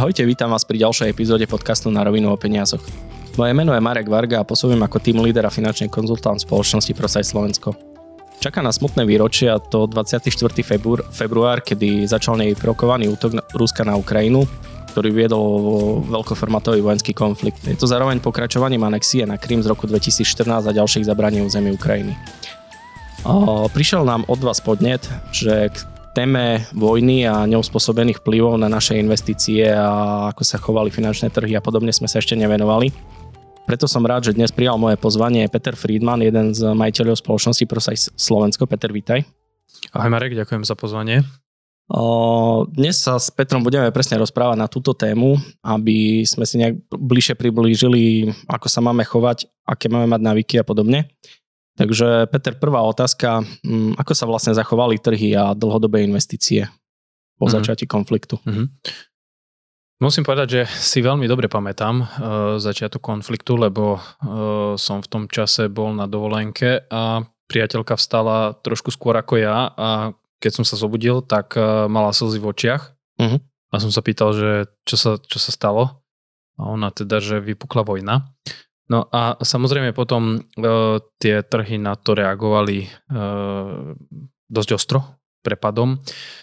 Ahojte, vítam vás pri ďalšej epizóde podcastu Na rovinu o peniazoch. Moje meno je Marek Varga a pôsobím ako tým líder a finančný konzultant spoločnosti ProSite Slovensko. Čaká na smutné výročie, a to 24. február, kedy začal nevyprovokovaný útok Ruska na Ukrajinu, ktorý viedol veľkoformátový vojenský konflikt. Je to zároveň pokračovaním anexie na Krym z roku 2014 a ďalších zabraní území Ukrajiny. Prišiel nám od vás podnet, že k téme vojny a neuspôsobených vplyvov na naše investície a ako sa chovali finančné trhy a podobne sme sa ešte nevenovali. Preto som rád, že dnes prijal moje pozvanie Peter Friedman, jeden z majiteľov spoločnosti ProSite Slovensko. Peter, vítaj. Ahoj Marek, ďakujem za pozvanie. Dnes sa s Petrom budeme presne rozprávať na túto tému, aby sme si nejak bližšie priblížili, ako sa máme chovať, aké máme mať návyky a podobne. Takže Peter, prvá otázka, ako sa vlastne zachovali trhy a dlhodobé investície po začiatí konfliktu? Musím povedať, že si veľmi dobre pamätám začiatok konfliktu, lebo som v tom čase bol na dovolenke a priateľka vstala trošku skôr ako ja a keď som sa zobudil, tak mala slzy v očiach a som sa pýtal, že čo sa stalo a ona teda, že vypukla vojna. No a samozrejme potom tie trhy na to reagovali dosť ostro, prepadom.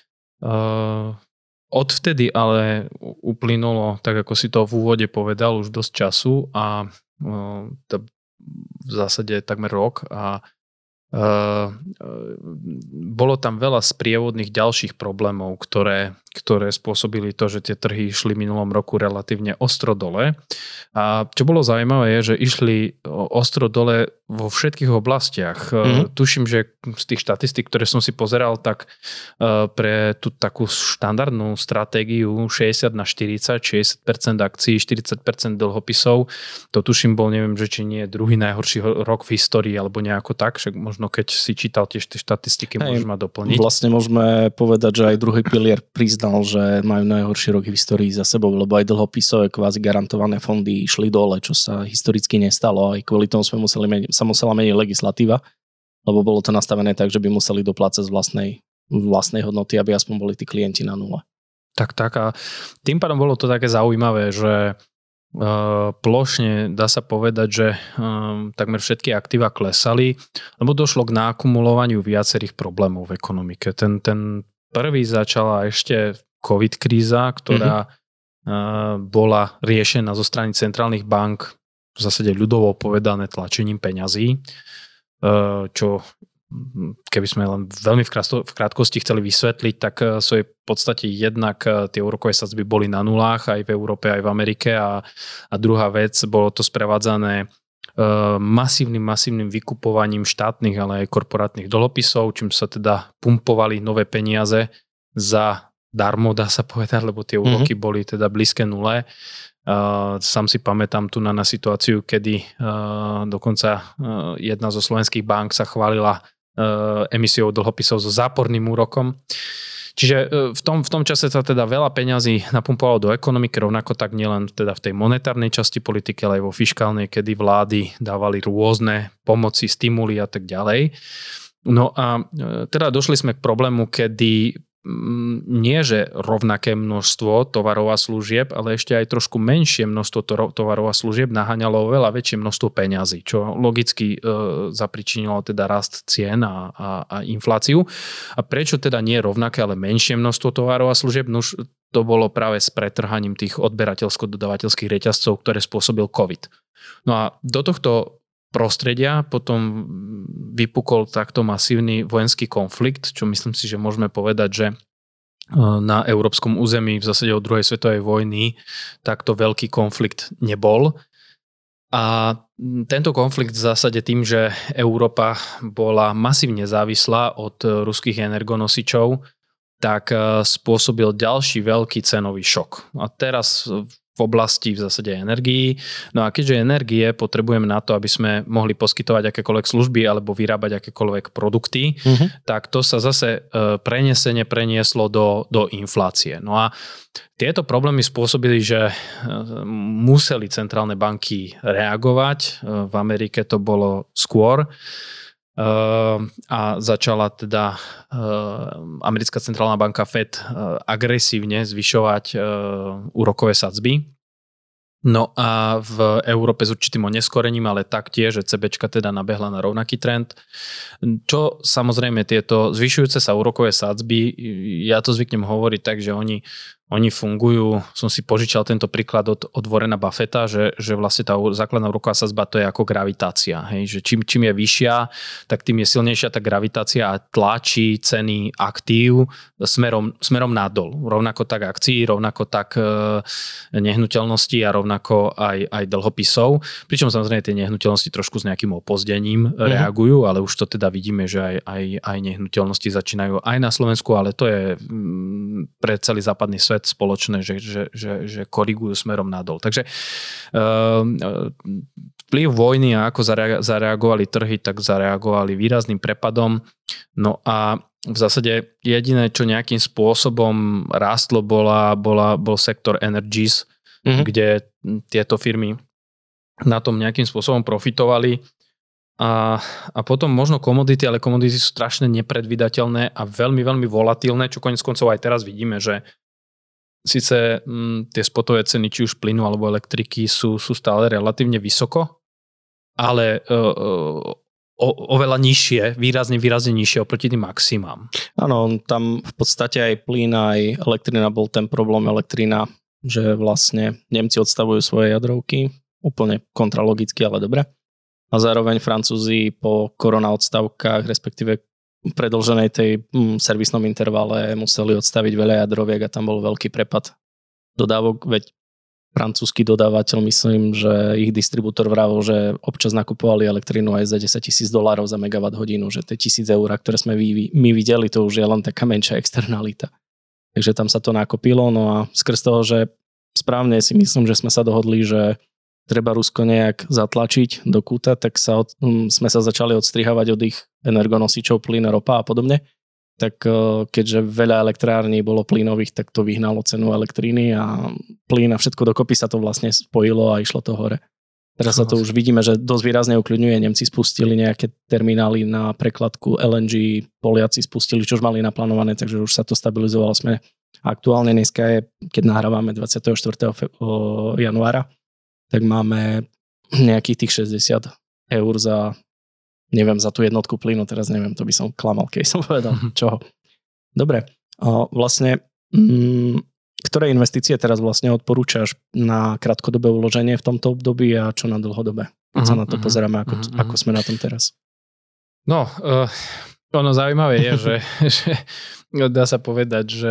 Odvtedy ale uplynulo, tak ako si to v úvode povedal, už dosť času a v zásade takmer rok a bolo tam veľa sprievodných ďalších problémov, ktoré spôsobili to, že tie trhy išli minulom roku relatívne ostro dole. A čo bolo zaujímavé je, že išli ostro dole vo všetkých oblastiach. Tuším, že z tých štatistík, ktoré som si pozeral, tak pre tú takú štandardnú stratégiu 60/40, 60% akcií, 40% dlhopisov, to tuším bol, neviem, že či nie je druhý najhorší rok v histórii, alebo nejako tak, však možno keď si čítal tiež tie štatistiky, môžeš ma doplniť. Vlastne môžeme povedať, že aj druhý pilier priznal, že majú najhorší rok v histórii za sebou, lebo aj dlhopisové kvázi garantované fondy išli dole, čo sa historicky nestalo. Aj kvôli tomu sa musela meniť legislatíva, lebo bolo to nastavené tak, že by museli doplácať z vlastnej hodnoty, aby aspoň boli tí klienti na nule. Tak a tým pádom bolo to také zaujímavé, že plošne dá sa povedať, že takmer všetky aktíva klesali, lebo došlo k naakumulovaniu viacerých problémov v ekonomike. Ten prvý začala ešte COVID kríza, ktorá bola riešená zo strany centrálnych bank v zásade ľudovo povedané tlačením peňazí, čo keby sme len veľmi v krátkosti chceli vysvetliť, tak v svojej podstate jednak tie úrokové sadzby boli na nulách aj v Európe, aj v Amerike a druhá vec, bolo to sprevádzané masívnym vykupovaním štátnych, ale aj korporátnych dlhopisov, čím sa teda pumpovali nové peniaze za darmo, dá sa povedať, lebo tie úroky boli teda blízke nule. Sám si pamätám tu na situáciu, kedy dokonca jedna zo slovenských bank sa chválila emisiou dlhopisov so záporným úrokom. Čiže v tom čase sa teda veľa peňazí napumpovalo do ekonomiky, rovnako tak nielen teda v tej monetárnej časti politiky, ale aj vo fiškálnej, kedy vlády dávali rôzne pomoci, stimuly a tak ďalej. No a teda došli sme k problému, kedy nie že rovnaké množstvo tovarov a služieb, ale ešte aj trošku menšie množstvo tovarov a služieb naháňalo oveľa väčšie množstvo peňazí, čo logicky zapričinilo teda rast cien a infláciu. A prečo teda nie rovnaké, ale menšie množstvo tovarov a služieb? No už to bolo práve s pretrhaním tých odberateľsko-dodavateľských reťazcov, ktoré spôsobil COVID. No a do tohto prostredia potom vypukol takto masívny vojenský konflikt, čo myslím si, že môžeme povedať, že na európskom území v zásade od druhej svetovej vojny takto veľký konflikt nebol. A tento konflikt v zásade tým, že Európa bola masívne závislá od ruských energonosičov, tak spôsobil ďalší veľký cenový šok. A teraz v oblasti v zásade energií. No a keďže energie potrebujeme na to, aby sme mohli poskytovať akékoľvek služby alebo vyrábať akékoľvek produkty, tak to sa zase prenieslo do inflácie. No a tieto problémy spôsobili, že museli centrálne banky reagovať. V Amerike to bolo skôr. a začala teda americká centrálna banka Fed agresívne zvyšovať úrokové sadzby. No a v Európe s určitým oneskorením, ale taktiež, že CBčka teda nabehla na rovnaký trend. Čo samozrejme tieto zvyšujúce sa úrokové sadzby, ja to zvyknem hovoriť tak, že oni fungujú, som si požičal tento príklad od Warrena Buffetta, že vlastne tá základná úroková sadzba to je ako gravitácia. Hej? Že čím je vyššia, tak tým je silnejšia tá gravitácia a tlačí ceny aktív smerom nadol. Rovnako tak akcií, rovnako tak nehnuteľnosti a rovnako aj dlhopisov. Pričom samozrejme tie nehnuteľnosti trošku s nejakým opozdením reagujú, ale už to teda vidíme, že aj nehnuteľnosti začínajú aj na Slovensku, ale to je pre celý západný svet spoločné, že korigujú smerom nadol. Takže vplyv vojny a ako zareagovali trhy, tak zareagovali výrazným prepadom. No a v zásade jediné, čo nejakým spôsobom rástlo, bol sektor energies, kde tieto firmy na tom nejakým spôsobom profitovali. A potom možno komodity, ale komodity sú strašne nepredvídateľné a veľmi, veľmi volatilné, čo koniec koncov aj teraz vidíme, že síce tie spotové ceny, či už plynu alebo elektriky sú stále relatívne vysoko, ale oveľa nižšie, výrazne nižšie oproti tým maximám. Áno, tam v podstate aj plyn, aj elektrina bol ten problém elektrina, že vlastne Nemci odstavujú svoje jadrovky, úplne kontralogicky, ale dobre. A zároveň Francúzi po korona odstavkách, respektíve predĺženej tej servisnom intervale museli odstaviť veľa jadroviek a tam bol veľký prepad dodávok, veď francúzsky dodávateľ, myslím, že ich distribútor vravil, že občas nakupovali elektrínu aj za $10,000 za megawatt hodinu, že tie 1,000 eur, ktoré sme my videli, to už je len taká menšia externalita. Takže tam sa to nakopilo, no a skrz toho, že správne si myslím, že sme sa dohodli, že treba Rusko nejak zatlačiť do kúta, tak sme sa začali odstrihávať od ich energonosičov, plyn, ropa a podobne. Tak keďže veľa elektrární bolo plynových, tak to vyhnalo cenu elektriny a plyn a všetko dokopy sa to vlastne spojilo a išlo to hore. Teraz sa to už vidíme, že dosť výrazne ukľudňuje. Nemci spustili nejaké terminály na prekladku LNG, Poliaci spustili, čo už mali naplánované, takže už sa to stabilizovalo. Sme aktuálne dneska je, keď nahrávame 24. januára, tak máme nejakých tých 60 eur za, neviem, za tú jednotku plynu, teraz neviem, to by som klamal, keď som povedal, čoho. Dobre, vlastne, ktoré investície teraz vlastne odporúčaš na krátkodobé uloženie v tomto období a čo na dlhodobé? Keď sa na to pozeráme, ako sme na tom teraz. No, ono zaujímavé je, že dá sa povedať, že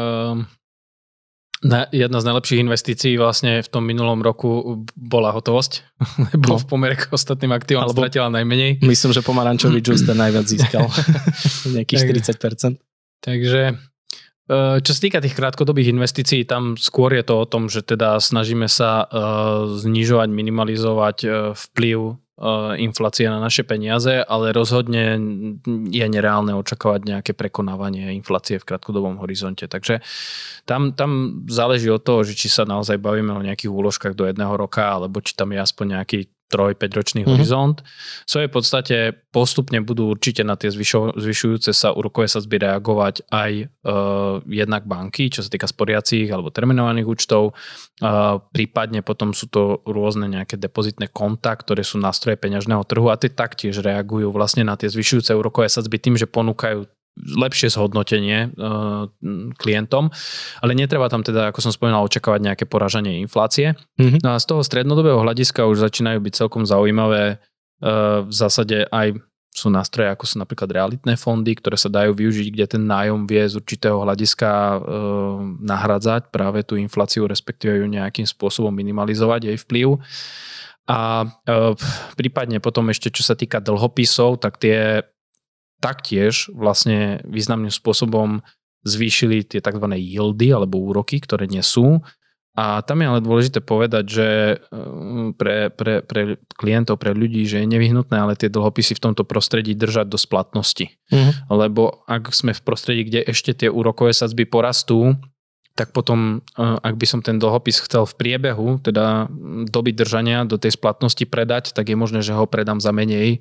jedna z najlepších investícií vlastne v tom minulom roku bola hotovosť, lebo v pomere k ostatným aktívom stratila najmenej. Myslím, že pomarančový džús ten najviac získal. Nejakých 40%. Takže čo sa týka tých krátkodobých investícií, tam skôr je to o tom, že teda snažíme sa znižovať, minimalizovať vplyv inflácie na naše peniaze, ale rozhodne je nereálne očakávať nejaké prekonávanie inflácie v krátkodobom horizonte. Takže tam záleží od toho, že či sa naozaj bavíme o nejakých úložkách do 1 roka, alebo či tam je aspoň nejaký 3-5 ročný horizont. V svojej podstate postupne budú určite na tie zvyšujúce sa úrokové sadzby reagovať aj jednak banky, čo sa týka sporiacich alebo terminovaných účtov. Prípadne potom sú to rôzne nejaké depozitné konta, ktoré sú nástroje peňažného trhu a tie taktiež reagujú vlastne na tie zvyšujúce úrokové sadzby tým, že ponúkajú lepšie zhodnotenie klientom, ale netreba tam teda, ako som spomínal, očakávať nejaké porážanie inflácie. No a z toho strednodobého hľadiska už začínajú byť celkom zaujímavé v zásade aj sú nástroje, ako sú napríklad realitné fondy, ktoré sa dajú využiť, kde ten nájom vie z určitého hľadiska nahradzať práve tú infláciu, respektíve ju nejakým spôsobom minimalizovať jej vplyv. A prípadne potom ešte, čo sa týka dlhopisov, tak tie taktiež vlastne významným spôsobom zvýšili tie tzv. Yieldy alebo úroky, ktoré nesú. A tam je ale dôležité povedať, že pre klientov, pre ľudí, že je nevyhnutné ale tie dlhopisy v tomto prostredí držať do splatnosti. Lebo ak sme v prostredí, kde ešte tie úrokové sadzby porastú, tak potom, ak by som ten dlhopis chcel v priebehu, teda doby držania do tej splatnosti predať, tak je možné, že ho predám za menej,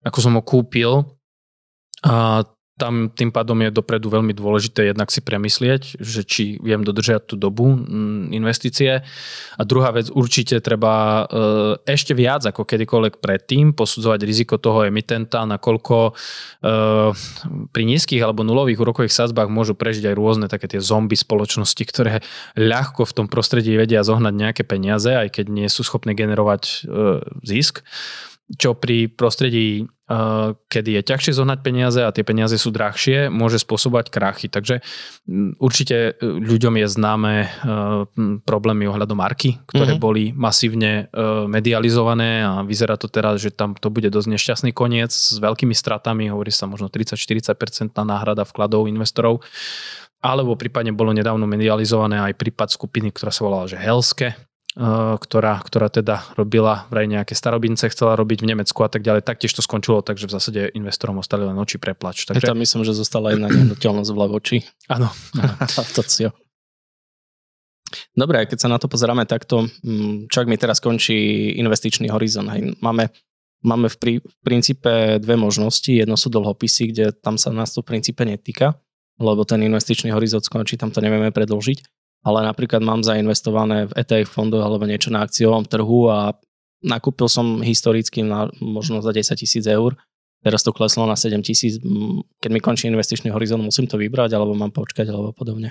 ako som ho kúpil. A tam tým pádom je dopredu veľmi dôležité jednak si premyslieť, že či viem dodržať tú dobu investície. A druhá vec, určite treba ešte viac ako kedykoľvek predtým posudzovať riziko toho emitenta, nakoľko pri nízkych alebo nulových úrokových sadzbách môžu prežiť aj rôzne také tie zombie spoločnosti, ktoré ľahko v tom prostredí vedia zohnať nejaké peniaze, aj keď nie sú schopné generovať zisk. Čo pri prostredí, kedy je ťažšie zohnať peniaze a tie peniaze sú drahšie, môže spôsobovať krachy. Takže určite ľuďom je známe problémy ohľadom Arky, ktoré boli masívne medializované a vyzerá to teraz, že tam to bude dosť nešťastný koniec s veľkými stratami, hovorí sa možno 30-40% náhrada vkladov investorov. Alebo prípadne bolo nedávno medializované aj prípad skupiny, ktorá sa volala že Helske, ktorá teda robila vraj nejaké starobince, chcela robiť v Nemecku a tak ďalej. Taktiež to skončilo, takže v zásade investorom ostali len oči preplač. Takže... Tam myslím, že zostala jedna nehnuteľnosť v oči. Áno. Dobre, keď sa na to pozeráme takto, čak mi teraz končí investičný horizont. Hej. Máme v princípe dve možnosti. Jedno sú dlhopisy, kde tam sa nás to v princípe netýka, lebo ten investičný horizont skončí, tam to nevieme predĺžiť. Ale napríklad mám zainvestované v ETF fondoch alebo niečo na akciovom trhu a nakúpil som historicky možno za 10 000 eur. Teraz to kleslo na 7 000. Keď mi končí investičný horizont, musím to vybrať alebo mám počkať alebo podobne.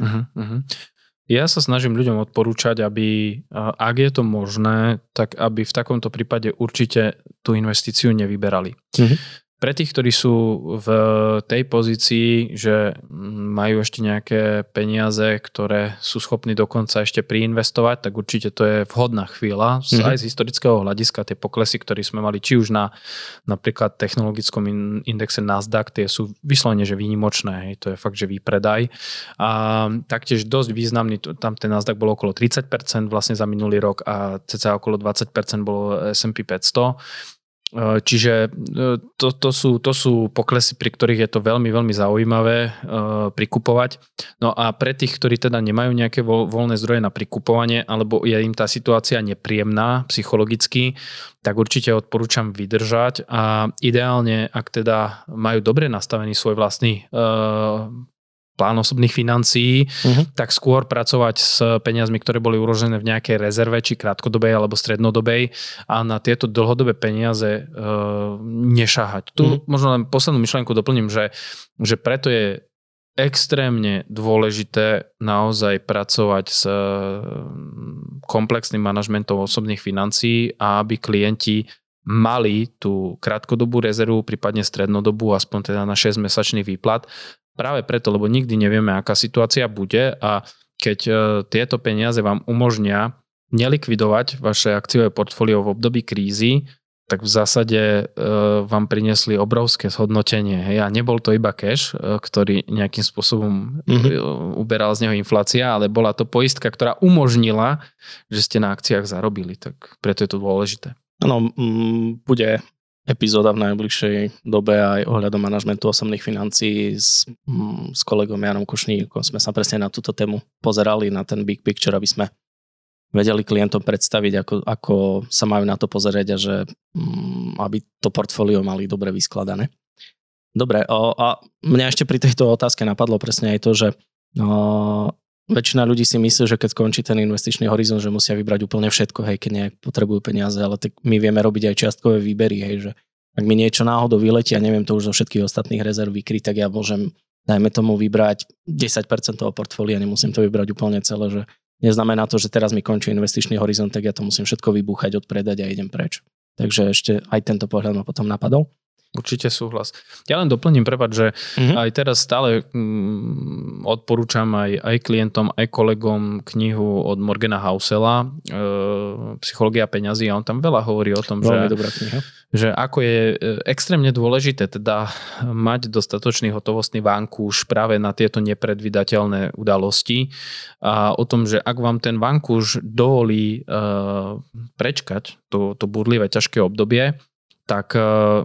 Ja sa snažím ľuďom odporúčať, aby, ak je to možné, tak aby v takomto prípade určite tú investíciu nevyberali. Pre tých, ktorí sú v tej pozícii, že majú ešte nejaké peniaze, ktoré sú schopní dokonca ešte priinvestovať, tak určite to je vhodná chvíľa. Aj z historického hľadiska tie poklesy, ktoré sme mali či už na napríklad technologickom indexe Nasdaq, tie sú vyslovene, že výnimočné. Hej, to je fakt, že výpredaj. A taktiež dosť významný, tam ten Nasdaq bol okolo 30% vlastne za minulý rok a cca okolo 20% bolo S&P 500. Čiže to sú poklesy, pri ktorých je to veľmi, veľmi zaujímavé prikupovať. No a pre tých, ktorí teda nemajú nejaké voľné zdroje na prikupovanie, alebo je im tá situácia nepríjemná psychologicky, tak určite odporúčam vydržať a ideálne, ak teda majú dobre nastavený svoj vlastný plán osobných financií, tak skôr pracovať s peniazmi, ktoré boli uložené v nejakej rezerve, či krátkodobej alebo strednodobej a na tieto dlhodobé peniaze nešáhať. Tu možno len poslednú myšlienku doplním, že preto je extrémne dôležité naozaj pracovať s komplexným manažmentom osobných financií a aby klienti mali tú krátkodobú rezervu, prípadne strednodobú, aspoň teda na 6-mesačný výplat. Práve preto, lebo nikdy nevieme, aká situácia bude a keď tieto peniaze vám umožnia nelikvidovať vaše akciové portfólio v období krízy, tak v zásade vám priniesli obrovské zhodnotenie. Hej? A nebol to iba cash, ktorý nejakým spôsobom uberal z neho inflácia, ale bola to poistka, ktorá umožnila, že ste na akciách zarobili. Tak preto je to dôležité. Áno, bude epizóda v najbližšej dobe aj ohľadom manažmentu osobných financií s kolegom Janom Kušníkom. Sme sa presne na túto tému pozerali, na ten big picture, aby sme vedeli klientom predstaviť, ako sa majú na to pozerať a že aby to portfólio mali dobre vyskladané. Dobre, a mňa ešte pri tejto otázke napadlo presne aj to, že väčšina ľudí si myslí, že keď skončí ten investičný horizont, že musia vybrať úplne všetko, hej, keď nejak potrebujú peniaze, ale tak my vieme robiť aj čiastkové výbery, hej, že ak mi niečo náhodou vyletí a neviem to už zo všetkých ostatných rezerv vykryť, tak ja môžem, dajme tomu, vybrať 10% toho portfólia, nemusím to vybrať úplne celé, že neznamená to, že teraz mi končí investičný horizont, tak ja to musím všetko vybúchať, odpredať a idem preč. Takže ešte aj tento pohľad ma potom napadol. Určite súhlas. Ja len doplním, že aj teraz stále odporúčam aj klientom, aj kolegom knihu od Morgana Housela Psychológia peňazí a on tam veľa hovorí o tom, že ako je extrémne dôležité teda mať dostatočný hotovostný vankúš práve na tieto nepredvídateľné udalosti a o tom, že ak vám ten vankúš dovolí prečkať to burlivé ťažké obdobie, tak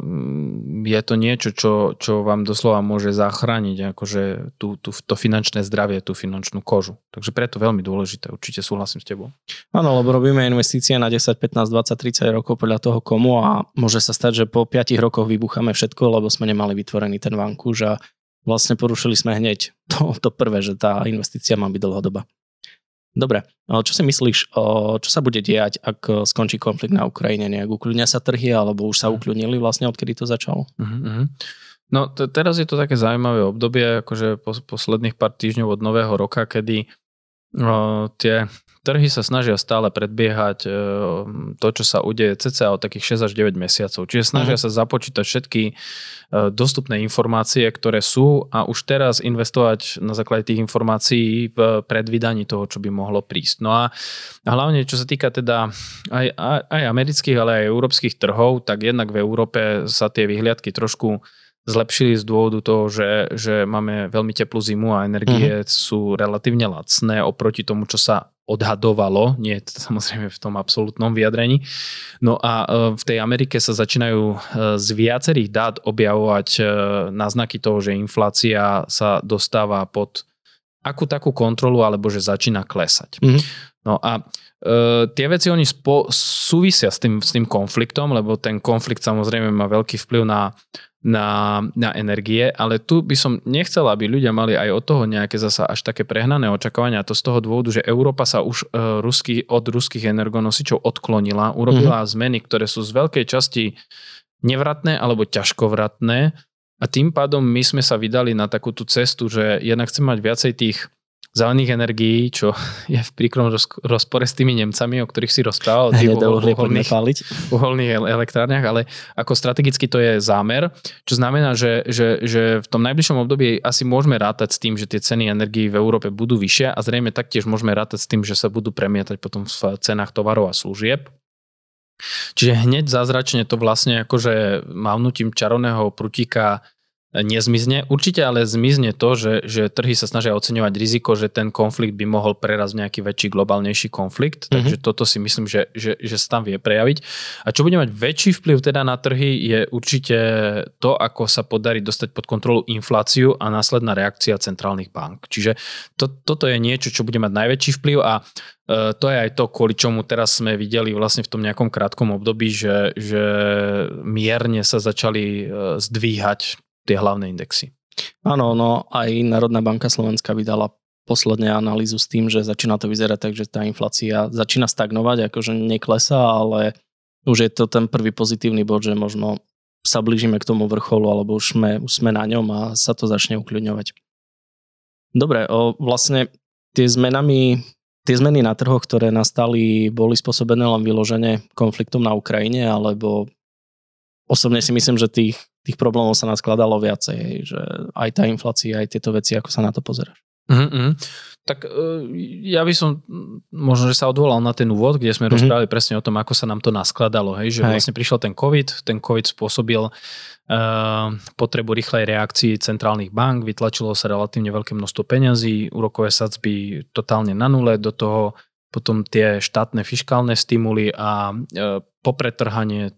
je to niečo, čo vám doslova môže zachrániť akože to finančné zdravie, tú finančnú kožu. Takže preto veľmi dôležité, určite súhlasím s tebou. Áno, lebo robíme investície na 10, 15, 20, 30 rokov podľa toho komu a môže sa stať, že po 5 rokoch vybucháme všetko, lebo sme nemali vytvorený ten vankúš a vlastne porušili sme hneď to prvé, že tá investícia má byť dlhodobá. Dobre, čo si myslíš, čo sa bude diať, ak skončí konflikt na Ukrajine? Nejak ukľudnia sa trhy, alebo už sa ukľudnili vlastne, odkedy to začalo? No teraz je to také zaujímavé obdobie, akože posledných pár týždňov od nového roka, kedy tie trhy sa snažia stále predbiehať to, čo sa udeje cca o takých 6 až 9 mesiacov. Čiže snažia sa započítať všetky dostupné informácie, ktoré sú a už teraz investovať na základe tých informácií v predvídaní toho, čo by mohlo prísť. No a hlavne, čo sa týka teda aj amerických, ale aj európskych trhov, tak jednak v Európe sa tie vyhliadky trošku zlepšili z dôvodu toho, že máme veľmi teplú zimu a energie sú relatívne lacné oproti tomu, čo sa odhadovalo, nie samozrejme v tom absolútnom vyjadrení. No a v tej Amerike sa začínajú z viacerých dát objavovať náznaky toho, že inflácia sa dostáva pod akú takú kontrolu, alebo že začína klesať. No a tie veci oni súvisia s tým konfliktom, lebo ten konflikt samozrejme má veľký vplyv na energie, ale tu by som nechcel, aby ľudia mali aj od toho nejaké zasa až také prehnané očakávania, a to z toho dôvodu, že Európa sa už od ruských energonosičov odklonila, urobila zmeny, ktoré sú z veľkej časti nevratné alebo ťažkovratné a tým pádom my sme sa vydali na takú tú cestu, že jednak chceme mať viacej tých zelených energií, čo je v príkrom rozpore s tými Nemcami, o ktorých si rozprával, o tých uholných elektrárniach, ale ako strategicky to je zámer, čo znamená, že v tom najbližšom období asi môžeme rátať s tým, že tie ceny energií v Európe budú vyššie a zrejme taktiež môžeme rátať s tým, že sa budú premietať potom v cenách tovarov a služieb. Čiže hneď zázračne to vlastne akože mávnutím čarovného prútika nezmizne. Určite ale zmizne to, že trhy sa snažia oceňovať riziko, že ten konflikt by mohol prerazť v nejaký väčší, globálnejší konflikt. Takže toto si myslím, že sa tam vie prejaviť. A čo bude mať väčší vplyv teda na trhy je určite to, ako sa podarí dostať pod kontrolu infláciu a následná reakcia centrálnych bank. Čiže toto je niečo, čo bude mať najväčší vplyv a to je aj to, kvôli čomu teraz sme videli vlastne v tom nejakom krátkom období, že mierne sa začali zdvíhať tie hlavné indexy. Áno, no aj Národná banka Slovenska vydala posledne analýzu s tým, že začína to vyzerať tak, že tá inflácia začína stagnovať, akože neklesá, ale už je to ten prvý pozitívny bod, že možno sa blížime k tomu vrcholu, alebo už sme na ňom a sa to začne ukľudňovať. Dobre, vlastne tie zmeny na trhoch, ktoré nastali, boli spôsobené len vyložene konfliktom na Ukrajine, alebo osobne si myslím, že tých problémov sa naskladalo viacej, že aj tá inflácia, aj tieto veci, ako sa na to pozeráš. Tak ja by som možno, že sa odvolal na ten úvod, kde sme rozprávali presne o tom, ako sa nám to naskladalo, že vlastne prišiel ten COVID spôsobil potrebu rýchlej reakcii centrálnych bank, vytlačilo sa relatívne veľké množstvo peňazí, úrokové sadzby totálne na nule, do toho potom tie štátne fiškálne stimuly a popretrhanie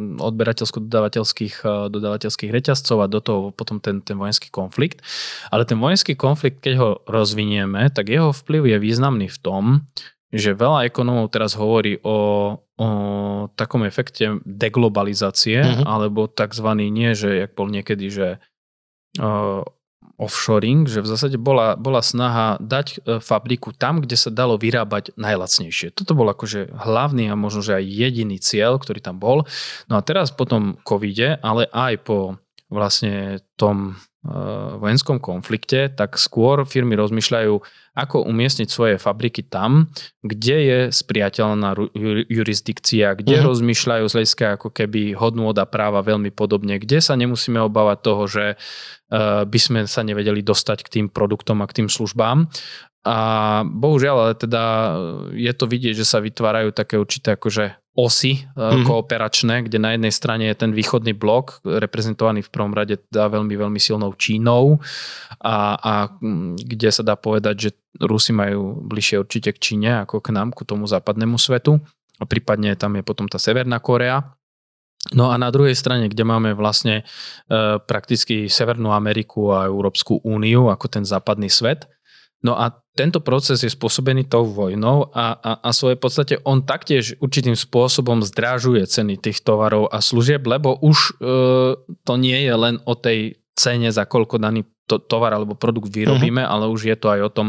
dodávateľských reťazcov a do toho potom ten vojenský konflikt. Ale ten vojenský konflikt, keď ho rozvinieme, tak jeho vplyv je významný v tom, že veľa ekonómov teraz hovorí o takom efekte deglobalizácie, alebo takzvaný nie, že jak bol niekedy, že offshoring, že v zásade bola snaha dať fabriku tam, kde sa dalo vyrábať najlacnejšie. Toto bol akože hlavný a možno, že aj jediný cieľ, ktorý tam bol. No a teraz po tom covide, ale aj po vlastne tom vojenskom konflikte, tak skôr firmy rozmýšľajú, ako umiestniť svoje fabriky tam, kde je spriateľná jurisdikcia, kde rozmýšľajú z hľadiska ako keby hodnôt a práva veľmi podobne, kde sa nemusíme obávať toho, že by sme sa nevedeli dostať k tým produktom a k tým službám. A bohužiaľ, ale teda je to vidieť, že sa vytvárajú také určité akože osy kooperačné, kde na jednej strane je ten východný blok, reprezentovaný v prvom rade teda veľmi, veľmi silnou Čínou a kde sa dá povedať, že Rusi majú bližšie určite k Číne ako k nám, ku tomu západnému svetu. A prípadne tam je potom tá Severná Kórea. No a na druhej strane, kde máme vlastne prakticky Severnú Ameriku a Európsku úniu ako ten západný svet. No a tento proces je spôsobený tou vojnou a svoje podstate on taktiež určitým spôsobom zdrážuje ceny tých tovarov a služieb, lebo už to nie je len o tej cene, za koľko daný tovar alebo produkt vyrobíme, ale už je to aj o tom,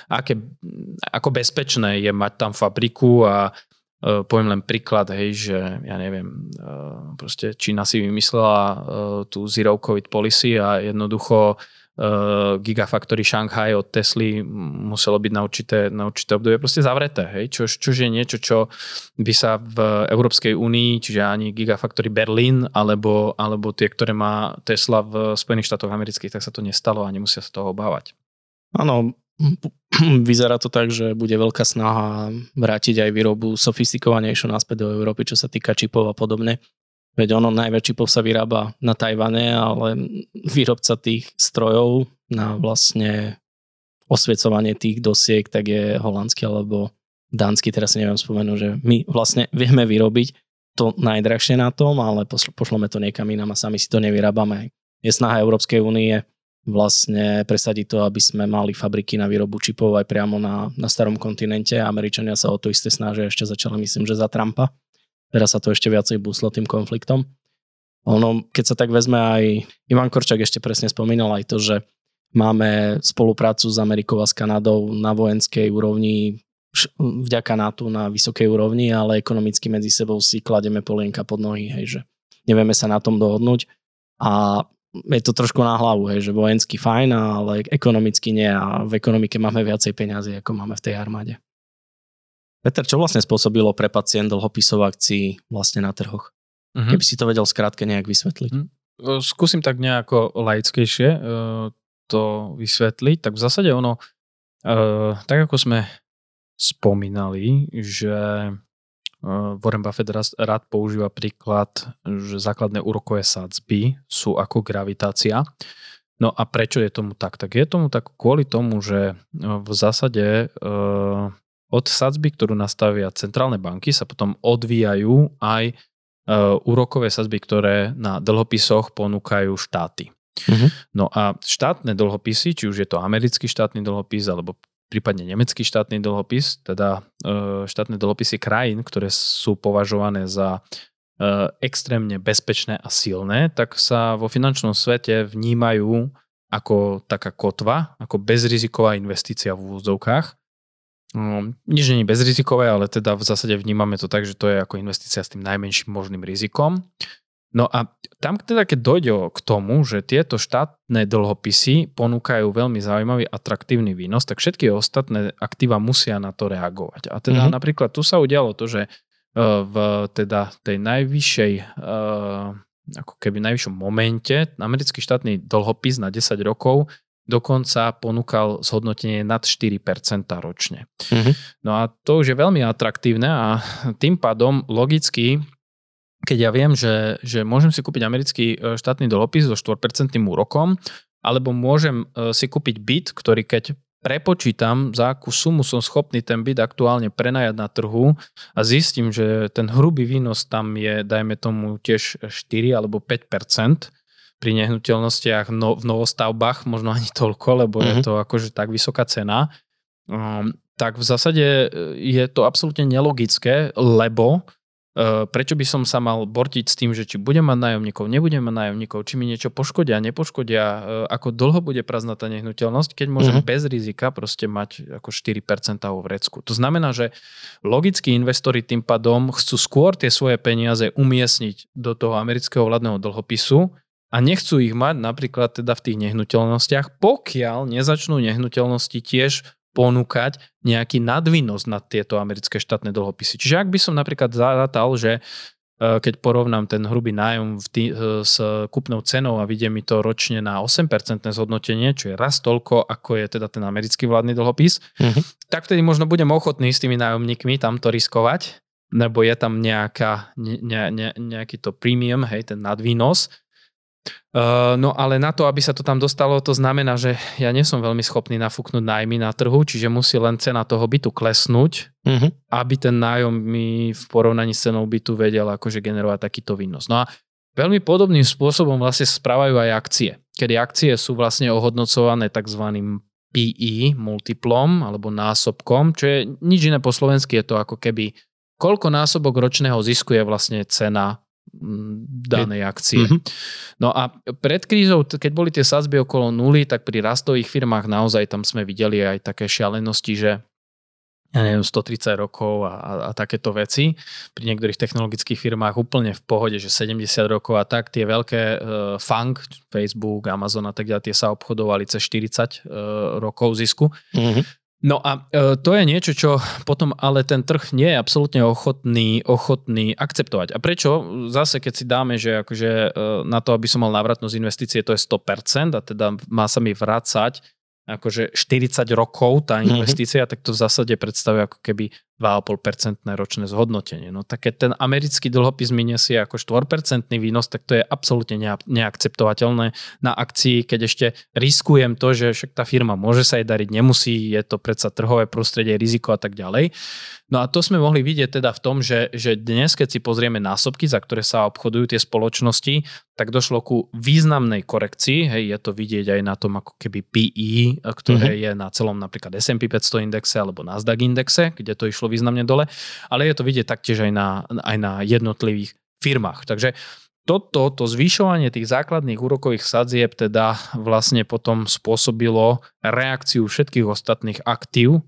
ako bezpečné je mať tam fabriku a poviem len príklad, hej, že ja neviem, proste Čína si vymyslela tú Zero COVID policy a jednoducho Gigafactory Shanghai od Tesly muselo byť na určité obdobie proste zavreté, hej, čož je niečo, čo by sa v Európskej únii, čiže ani Gigafactory Berlin, alebo tie, ktoré má Tesla v Spojených štátoch amerických, tak sa to nestalo a nemusia sa toho obávať. Áno, vyzerá to tak, že bude veľká snaha vrátiť aj výrobu sofistikovanejšiu naspäť do Európy, čo sa týka čipov a podobne. Veď najviac čipov sa vyrába na Tajvane, ale výrobca tých strojov na vlastne osvecovanie tých dosiek tak je holandský alebo dánsky, teraz si neviem spomenúť, že my vlastne vieme vyrobiť to najdrahšie na tom, ale pošleme to niekam inám a sami si to nevyrábame. Je snaha Európskej únie vlastne presadiť to, aby sme mali fabriky na výrobu čipov aj priamo na starom kontinente. Američania sa o to isté snažia, ešte začali myslím, že za Trumpa. Teraz sa to ešte viacej búslo tým konfliktom. Keď sa tak vezme aj Ivan Korčák ešte presne spomínal aj to, že máme spoluprácu s Amerikou a s Kanadou na vojenskej úrovni, vďaka NATO na vysokej úrovni, ale ekonomicky medzi sebou si klademe polienka pod nohy, hej, že nevieme sa na tom dohodnúť a je to trošku na hlavu, hej, že vojensky fajn, ale ekonomicky nie a v ekonomike máme viacej peňazí, ako máme v tej armáde. Peter, čo vlastne spôsobilo prepad cien dlhopisov akcií vlastne na trhoch? Keby si to vedel skrátke nejak vysvetliť. Skúsim tak nejako laickejšie to vysvetliť. Tak v zásade tak ako sme spomínali, že Warren Buffett rád používa príklad, že základné úrokové sadzby sú ako gravitácia. No a prečo je tomu tak? Tak je tomu tak kvôli tomu, že v zásade od sadzby, ktorú nastavia centrálne banky, sa potom odvíjajú aj úrokové sadzby, ktoré na dlhopisoch ponúkajú štáty. No a štátne dlhopisy, či už je to americký štátny dlhopis alebo prípadne nemecký štátny dlhopis, teda štátne dlhopisy krajín, ktoré sú považované za extrémne bezpečné a silné, tak sa vo finančnom svete vnímajú ako taká kotva, ako bezriziková investícia v úvodzovkách. Nič nie je bezrizikové, ale teda v zásade vnímame to tak, že to je ako investícia s tým najmenším možným rizikom. No a tam teda, keď dojde k tomu, že tieto štátne dlhopisy ponúkajú veľmi zaujímavý atraktívny výnos, tak všetky ostatné aktíva musia na to reagovať. A teda napríklad tu sa udialo to, že v teda tej najvyššej ako keby najvyššom momente americký štátny dlhopis na 10 rokov dokonca ponúkal zhodnotenie nad 4% ročne. No a to už je veľmi atraktívne a tým pádom logicky, keď ja viem, že môžem si kúpiť americký štátny dlhopis so 4% úrokom, alebo môžem si kúpiť byt, ktorý keď prepočítam, za akú sumu som schopný ten byt aktuálne prenajať na trhu a zistím, že ten hrubý výnos tam je, dajme tomu tiež 4 alebo 5%, pri nehnuteľnostiach v novostavbách možno ani toľko, lebo je to akože tak vysoká cena, tak v zásade je to absolútne nelogické, lebo prečo by som sa mal bortiť s tým, že či budem mať nájomníkov, nebudem mať nájomníkov, či mi niečo poškodia, nepoškodia, ako dlho bude prázdna tá nehnuteľnosť, keď môžem bez rizika proste mať ako 4% vo vrecku. To znamená, že logickí investori tým pádom chcú skôr tie svoje peniaze umiestniť do toho amerického vládneho dlhopisu, a nechcú ich mať napríklad teda v tých nehnuteľnostiach, pokiaľ nezačnú nehnuteľnosti tiež ponúkať nejaký nadvýnos nad tieto americké štátne dlhopisy. Čiže ak by som napríklad zarátal, že keď porovnám ten hrubý nájom s kúpnou cenou a vidie mi to ročne na 8% zhodnotenie, čo je raz toľko, ako je teda ten americký vládny dlhopis, tak vtedy možno budem ochotný s tými nájomníkmi tam to riskovať, lebo je tam nejaký to premium, hej, ten nadvýnos. No ale na to, aby sa to tam dostalo, to znamená, že ja nie som veľmi schopný nafúknuť nájmy na trhu, čiže musí len cena toho bytu klesnúť, aby ten nájom mi v porovnaní s cenou bytu vedel akože generovať takýto výnos. No a veľmi podobným spôsobom vlastne správajú aj akcie, kedy akcie sú vlastne ohodnocované takzvaným PE, multiplom alebo násobkom, čo je nič iné po slovensky, je to ako keby koľko násobok ročného zisku je vlastne cena danej akcie. No a pred krízou, keď boli tie sadzby okolo nuly, tak pri rastových firmách naozaj tam sme videli aj také šialenosti, že ja neviem, 130 rokov a takéto veci. Pri niektorých technologických firmách úplne v pohode, že 70 rokov a tak. Tie veľké FANG, Facebook, Amazon a tak ďalej, tie sa obchodovali cez 40 rokov zisku. No a to je niečo, čo potom ale ten trh nie je absolútne ochotný akceptovať. A prečo? Zase, keď si dáme, že akože na to, aby som mal návratnosť investície, to je 100% a teda má sa mi vracať akože 40 rokov tá investícia, tak to v zásade predstavuje ako keby 2,5% ročné zhodnotenie. No tak keď ten americký dlhopis mi nesie ako 4% výnos, tak to je absolútne neakceptovateľné na akcii, keď ešte riskujem to, že však tá firma môže sa jej dariť, nemusí, je to predsa trhové prostredie, riziko a tak ďalej. No a to sme mohli vidieť teda v tom, že dnes, keď si pozrieme násobky, za ktoré sa obchodujú tie spoločnosti, tak došlo ku významnej korekcii. Hej, je to vidieť aj na tom ako keby PE, ktoré je na celom napríklad S&P 500 indexe alebo Nasdaq indexe, kde to išlo významne dole, ale je to vidieť taktiež aj na jednotlivých firmách. Takže to zvýšovanie tých základných úrokových sadzieb teda vlastne potom spôsobilo reakciu všetkých ostatných aktív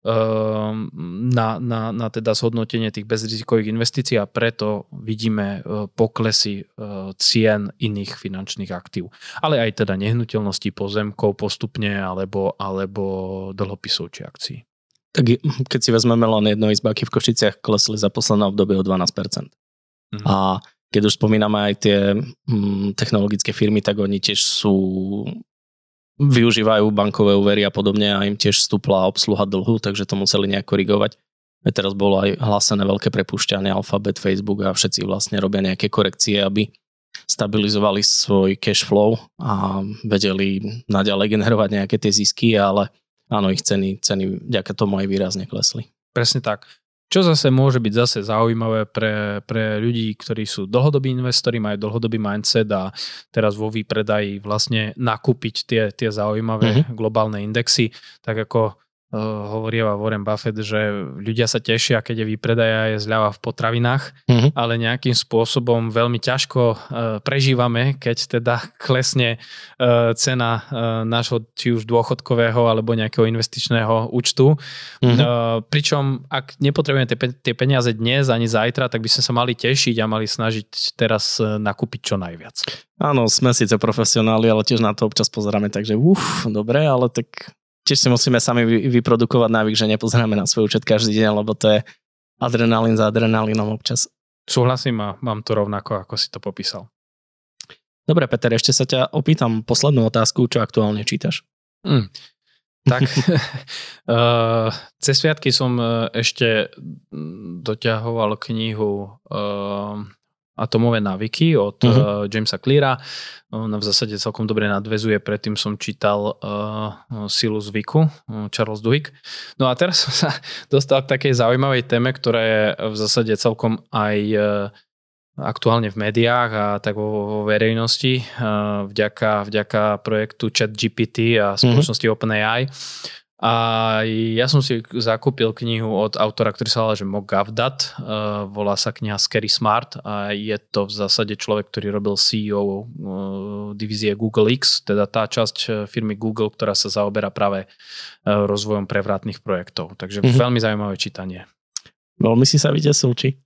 na teda zhodnotenie tých bezrizikových investícií a preto vidíme poklesy cien iných finančných aktív. Ale aj teda nehnuteľností, pozemkov postupne alebo dlhopisov či akcií. Tak keď si vezmeme len jednoizbáky v Košiciach, klesli za posledné obdobie o 12%. A keď už spomíname aj tie technologické firmy, tak oni tiež využívajú bankové úvery a podobne a im tiež vstúpla obsluha dlhu, takže to museli nejak korigovať. Teraz bolo aj hlásené veľké prepúšťanie, Alphabet, Facebook a všetci vlastne robia nejaké korekcie, aby stabilizovali svoj cash flow a vedeli naďalej generovať nejaké tie zisky, ale áno, ich ceny vďaka tomu aj výrazne klesli. Presne tak. Čo zase môže byť zase zaujímavé pre ľudí, ktorí sú dlhodobí investori, majú dlhodobý mindset a teraz vo výpredaji vlastne nakúpiť tie zaujímavé globálne indexy, tak ako hovorieva Warren Buffett, že ľudia sa tešia, keď je výpredaj a je zľava v potravinách, ale nejakým spôsobom veľmi ťažko prežívame, keď teda klesne cena nášho či už dôchodkového alebo nejakého investičného účtu. Pričom ak nepotrebujeme tie peniaze dnes ani zajtra, tak by sme sa mali tešiť a mali snažiť teraz nakúpiť čo najviac. Áno, sme síce profesionáli, ale tiež na to občas pozeráme, takže dobre, ale tak tiež si musíme sami vyprodukovať návyk, že nepozeráme na svoj účet každý deň, lebo to je adrenalín za adrenalínom občas. Súhlasím a mám to rovnako, ako si to popísal. Dobre, Peter, ešte sa ťa opýtam poslednú otázku, čo aktuálne čítaš? Tak, cez sviatky som ešte doťahoval knihu Atomové návyky od Jamesa Cleara. Ona v zásade celkom dobre nadväzuje. Predtým som čítal Silu zvyku, Charles Duhigg. No a teraz som sa dostal k takej zaujímavej téme, ktorá je v zásade celkom aj aktuálne v médiách a tak vo verejnosti vďaka projektu ChatGPT a spoločnosti OpenAI. A ja som si zakúpil knihu od autora, ktorý sa volá McGavdat. Volá sa kniha Scary Smart a je to v zásade človek, ktorý robil CEO divízie Google X, teda tá časť firmy Google, ktorá sa zaoberá práve rozvojom prevratných projektov. Takže veľmi zaujímavé čítanie. Veľmi si sa vydesil, či?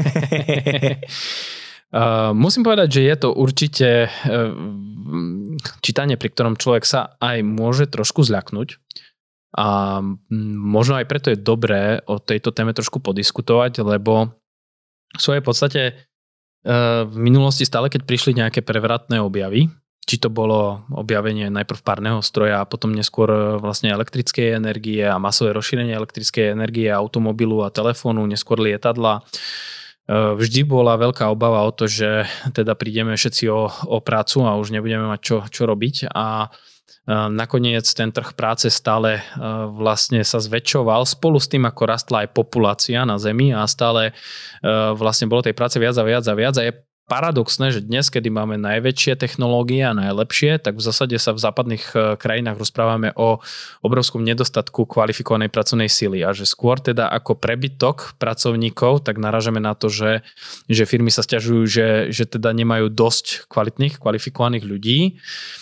Musím povedať, že je to určite čítanie, pri ktorom človek sa aj môže trošku zľaknúť. A možno aj preto je dobré o tejto téme trošku podiskutovať, lebo v svojej podstate v minulosti stále, keď prišli nejaké prevratné objavy, či to bolo objavenie najprv párneho stroja a potom neskôr vlastne elektrickej energie a masové rozšírenie elektrickej energie, automobilu a telefónu, neskôr lietadla, vždy bola veľká obava o to, že teda prídeme všetci o prácu a už nebudeme mať čo robiť a nakoniec ten trh práce stále vlastne sa zväčšoval spolu s tým, ako rastla aj populácia na Zemi a stále vlastne bolo tej práce viac a viac a viac a je paradoxné, že dnes, kedy máme najväčšie technológie a najlepšie, tak v zásade sa v západných krajinách rozprávame o obrovskom nedostatku kvalifikovanej pracovnej sily a že skôr teda ako prebytok pracovníkov, tak narážame na to, že firmy sa sťažujú, že teda nemajú dosť kvalifikovaných ľudí.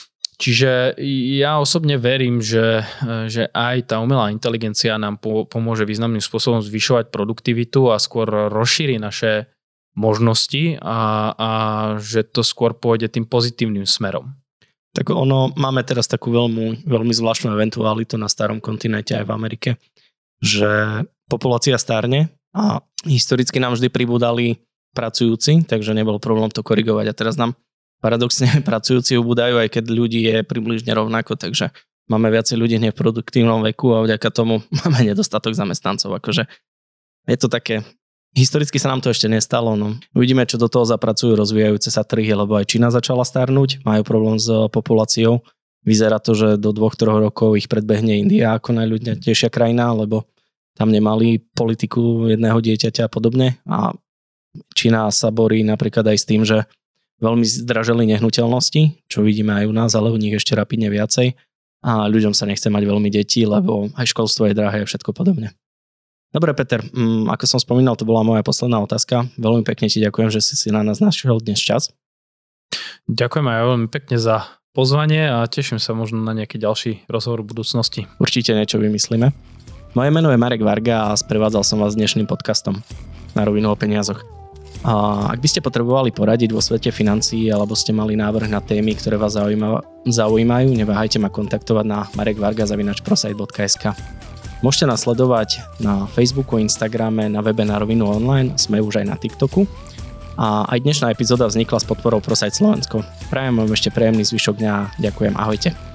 Čiže ja osobne verím, že aj tá umelá inteligencia nám pomôže významným spôsobom zvyšovať produktivitu a skôr rozšíri naše možnosti a že to skôr pôjde tým pozitívnym smerom. Tak máme teraz takú veľmi zvláštnu eventualitu na starom kontinente aj v Amerike, že populácia stárne a historicky nám vždy pribúdali pracujúci, takže nebol problém to korigovať a teraz nám paradoxne pracujúci ubúdajú, aj keď ľudí je približne rovnako, takže máme viacej ľudí v produktívnom veku a vďaka tomu máme nedostatok zamestnancov. Akože je to také. Historicky sa nám to ešte nestalo. No. Uvidíme, čo do toho zapracujú rozvíjajúce sa trhy, lebo aj Čína začala starnúť, majú problém s populáciou. Vyzerá to, že do 2-3 rokov ich predbehne India ako najľudnejšia krajina, lebo tam nemali politiku jedného dieťaťa a podobne. A Čína sa borí napríklad aj s tým, že veľmi zdražili nehnuteľnosti, čo vidíme aj u nás, ale u nich ešte rapidne viacej. A ľuďom sa nechce mať veľmi detí, lebo aj školstvo je drahé a všetko podobne. Dobre, Peter, ako som spomínal, to bola moja posledná otázka. Veľmi pekne ti ďakujem, že si na nás našiel dnes čas. Ďakujem aj veľmi pekne za pozvanie a teším sa možno na nejaký ďalší rozhovor v budúcnosti. Určite niečo vymyslíme. Moje meno je Marek Varga a sprevádzal som vás dnešným podcastom Na rovinu o peniazoch. A ak by ste potrebovali poradiť vo svete financií alebo ste mali návrh na témy, ktoré vás zaujímajú, neváhajte ma kontaktovať na marekvarga@prosite.sk. Môžete nás sledovať na Facebooku, Instagrame, na webe Na rovinu online, sme už aj na TikToku. A aj dnešná epizóda vznikla s podporou Prosite Slovensko. Prajem vám ešte príjemný zvyšok dňa. Ďakujem, ahojte.